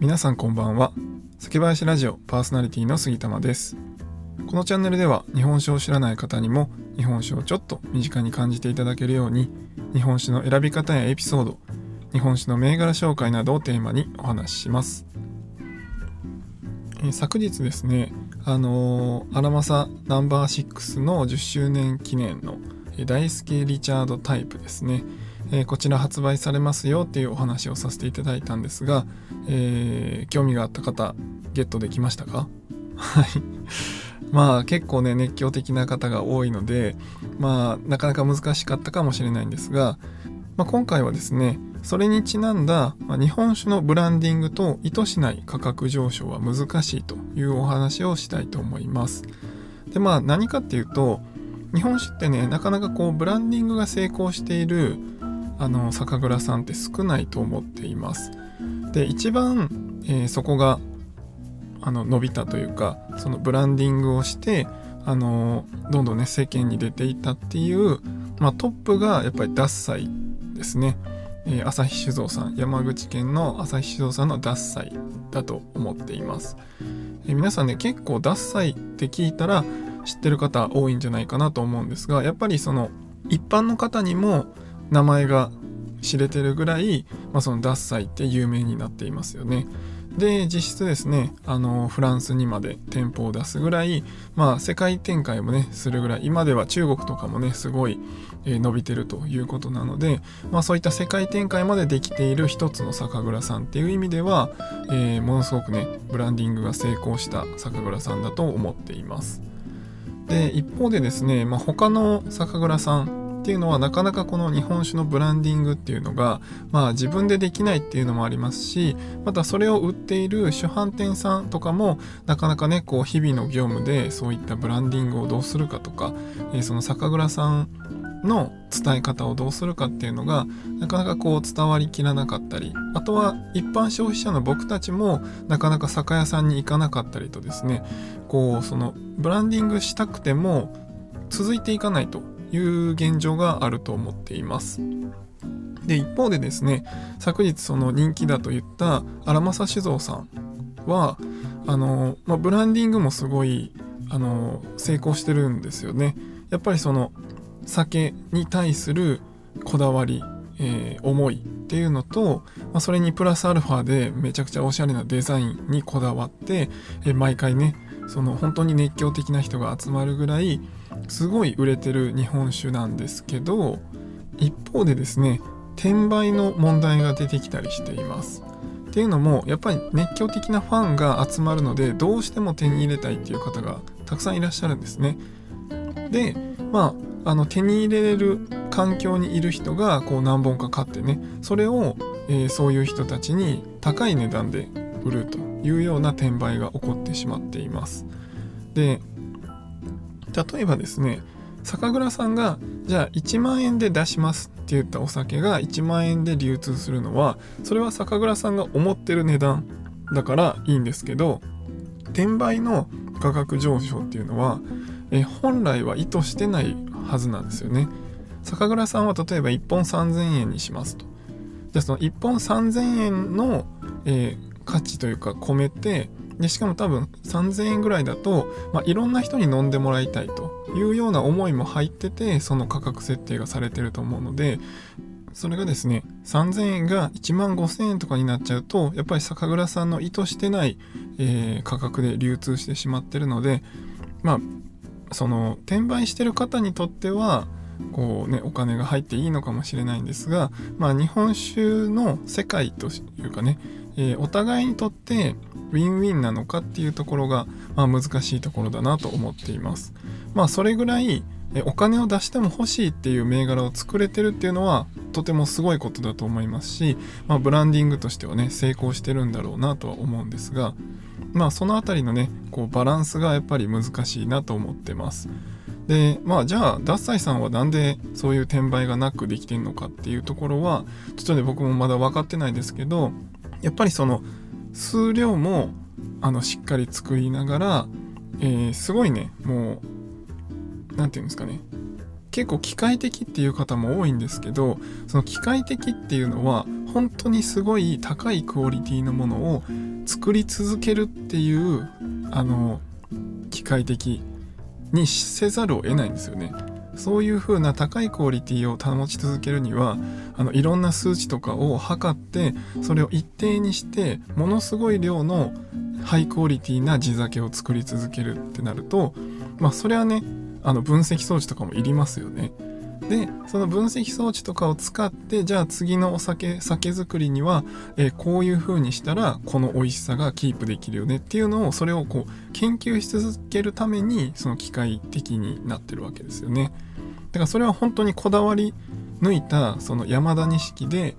皆さんこんばんは。酒林ラジオパーソナリティの杉玉です。このチャンネルでは日本酒を知らない方にも日本酒をちょっと身近に感じていただけるように、日本酒の選び方やエピソード、日本酒の銘柄紹介などをテーマにお話しします。昨日ですね、アラマサナンバー6の10周年記念の大輔リチャードタイプですね、こちら発売されますよっていうお話をさせていただいたんですが、興味があった方ゲットできましたか？はい。まあ結構ね熱狂的な方が多いので、なかなか難しかったかもしれないんですが、今回はですねそれにちなんだ、日本酒のブランディングと意図しない価格上昇は難しいというお話をしたいと思います。で何かっていうと、日本酒ってねなかなかブランディングが成功している酒蔵さんって少ないと思っています。で一番、そこが伸びたというか、そのブランディングをしてどんどんね世間に出ていったっていう、トップがやっぱり獺祭ですね。朝日酒造さん、山口県の朝日酒造さんの獺祭だと思っています。皆さんね結構獺祭って聞いたら知ってる方多いんじゃないかなと思うんですが、やっぱりその一般の方にも名前が知れてるぐらい、その獺祭って有名になっていますよね。で実質ですねフランスにまで店舗を出すぐらい、世界展開もねするぐらい、今では中国とかもねすごい、伸びてるということなので、そういった世界展開までできている一つの酒蔵さんっていう意味では、ものすごくねブランディングが成功した酒蔵さんだと思っています。で一方でですね、他の酒蔵さんっていうのはなかなかこの日本酒のブランディングっていうのが、自分でできないっていうのもありますし、またそれを売っている主販店さんとかもなかなかね日々の業務でそういったブランディングをどうするかとか、その酒蔵さんの伝え方をどうするかっていうのがなかなか伝わりきらなかったり、あとは一般消費者の僕たちもなかなか酒屋さんに行かなかったりとですね、そのブランディングしたくても続いていかないという現状があると思っています。で一方でですね、昨日その人気だと言った荒政酒造さんはブランディングもすごい成功してるんですよね。やっぱりその酒に対するこだわり、思いっていうのと、それにプラスアルファでめちゃくちゃおしゃれなデザインにこだわって、毎回ねその本当に熱狂的な人が集まるぐらいすごい売れてる日本酒なんですけど、一方でですね転売の問題が出てきたりしています。っていうのもやっぱり熱狂的なファンが集まるので、どうしても手に入れたいっていう方がたくさんいらっしゃるんですね。で手に入れれる環境にいる人が何本か買ってね、それを、そういう人たちに高い値段で売るというような転売が起こってしまっています。で例えばですね、酒蔵さんがじゃあ1万円で出しますって言ったお酒が1万円で流通するのは、それは酒蔵さんが思ってる値段だからいいんですけど、転売の価格上昇っていうのは、本来は意図してないはずなんですよね。酒蔵さんは例えば1本3000円にしますと。じゃあその1本3000円の、価値というか込めて、でしかも多分3000円ぐらいだと、いろんな人に飲んでもらいたいというような思いも入ってて、その価格設定がされてると思うので、それがですね3000円が1万5000円とかになっちゃうと、やっぱり酒蔵さんの意図してない、価格で流通してしまってるので、その転売してる方にとってはお金が入っていいのかもしれないんですが、日本酒の世界というかね、お互いにとってウィンウィンなのかっていうところが、難しいところだなと思っています。それぐらいお金を出しても欲しいっていう銘柄を作れてるっていうのはとてもすごいことだと思いますし、ブランディングとしてはね成功してるんだろうなとは思うんですが、そのあたりのねバランスがやっぱり難しいなと思ってます。でじゃあ獺祭さんはなんでそういう転売がなくできてるのかっていうところはちょっとね僕もまだ分かってないですけど、やっぱりその数量もしっかり作りながら、すごいねもうなんていうんですかね、 結構機械的っていう方も多いんですけど、その機械的っていうのは本当にすごい高いクオリティのものを作り続けるっていう機械的にせざるを得ないんですよね。そういう風な高いクオリティを保ち続けるにはいろんな数値とかを測って、それを一定にしてものすごい量のハイクオリティな地酒を作り続けるってなると、それはね分析装置とかもいりますよね。でその分析装置とかを使って、じゃあ次の酒作りには、こういう風にしたらこの美味しさがキープできるよねっていうのを、それを研究し続けるためにその機械的になってるわけですよね。だからそれは本当にこだわり抜いたその山田錦で、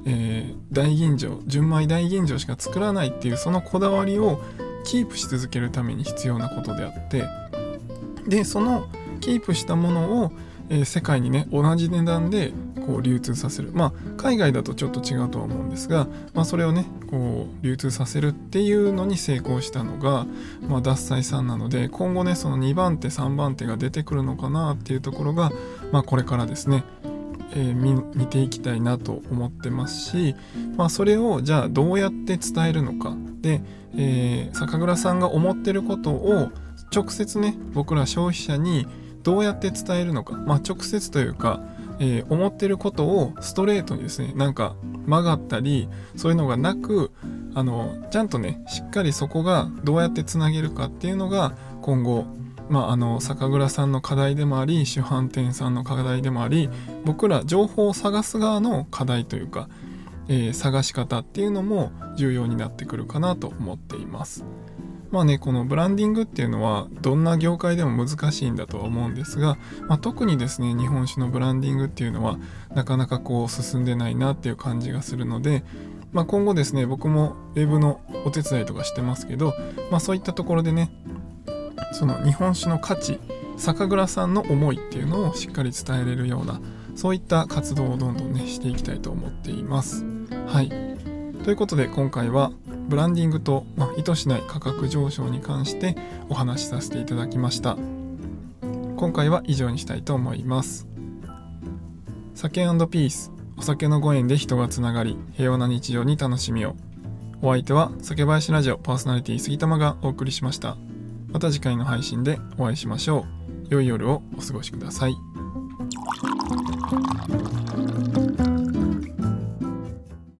純米大吟醸しか作らないっていうそのこだわりをキープし続けるために必要なことであって、でそのキープしたものを、世界にね同じ値段で流通させる、海外だとちょっと違うとは思うんですが、それをね流通させるっていうのに成功したのが、獺祭さんなので、今後ねその2番手3番手が出てくるのかなっていうところが、これからですね、見ていきたいなと思ってますし、それをじゃあどうやって伝えるのかで、酒蔵さんが思ってることを直接ね僕ら消費者にどうやって伝えるのか、直接というか、思ってることをストレートにですね、なんか曲がったりそういうのがなく、ちゃんとねしっかりそこがどうやってつなげるかっていうのが今後、酒蔵さんの課題でもあり、主販店さんの課題でもあり、僕ら情報を探す側の課題というか、探し方っていうのも重要になってくるかなと思っています。このブランディングっていうのはどんな業界でも難しいんだとは思うんですが、特にですね日本酒のブランディングっていうのはなかなか進んでないなっていう感じがするので、今後ですね僕もウェブのお手伝いとかしてますけど、そういったところでねその日本酒の価値、酒蔵さんの思いっていうのをしっかり伝えれるような、そういった活動をどんどんねしていきたいと思っています。はい、ということで今回はブランディングと、意図しない価格上昇に関してお話しさせていただきました。今回は以上にしたいと思います。酒&ピース、お酒のご縁で人がつながり、平和な日常に楽しみを。お相手は酒林ラジオパーソナリティ杉玉がお送りしました。また次回の配信でお会いしましょう。良い夜をお過ごしください。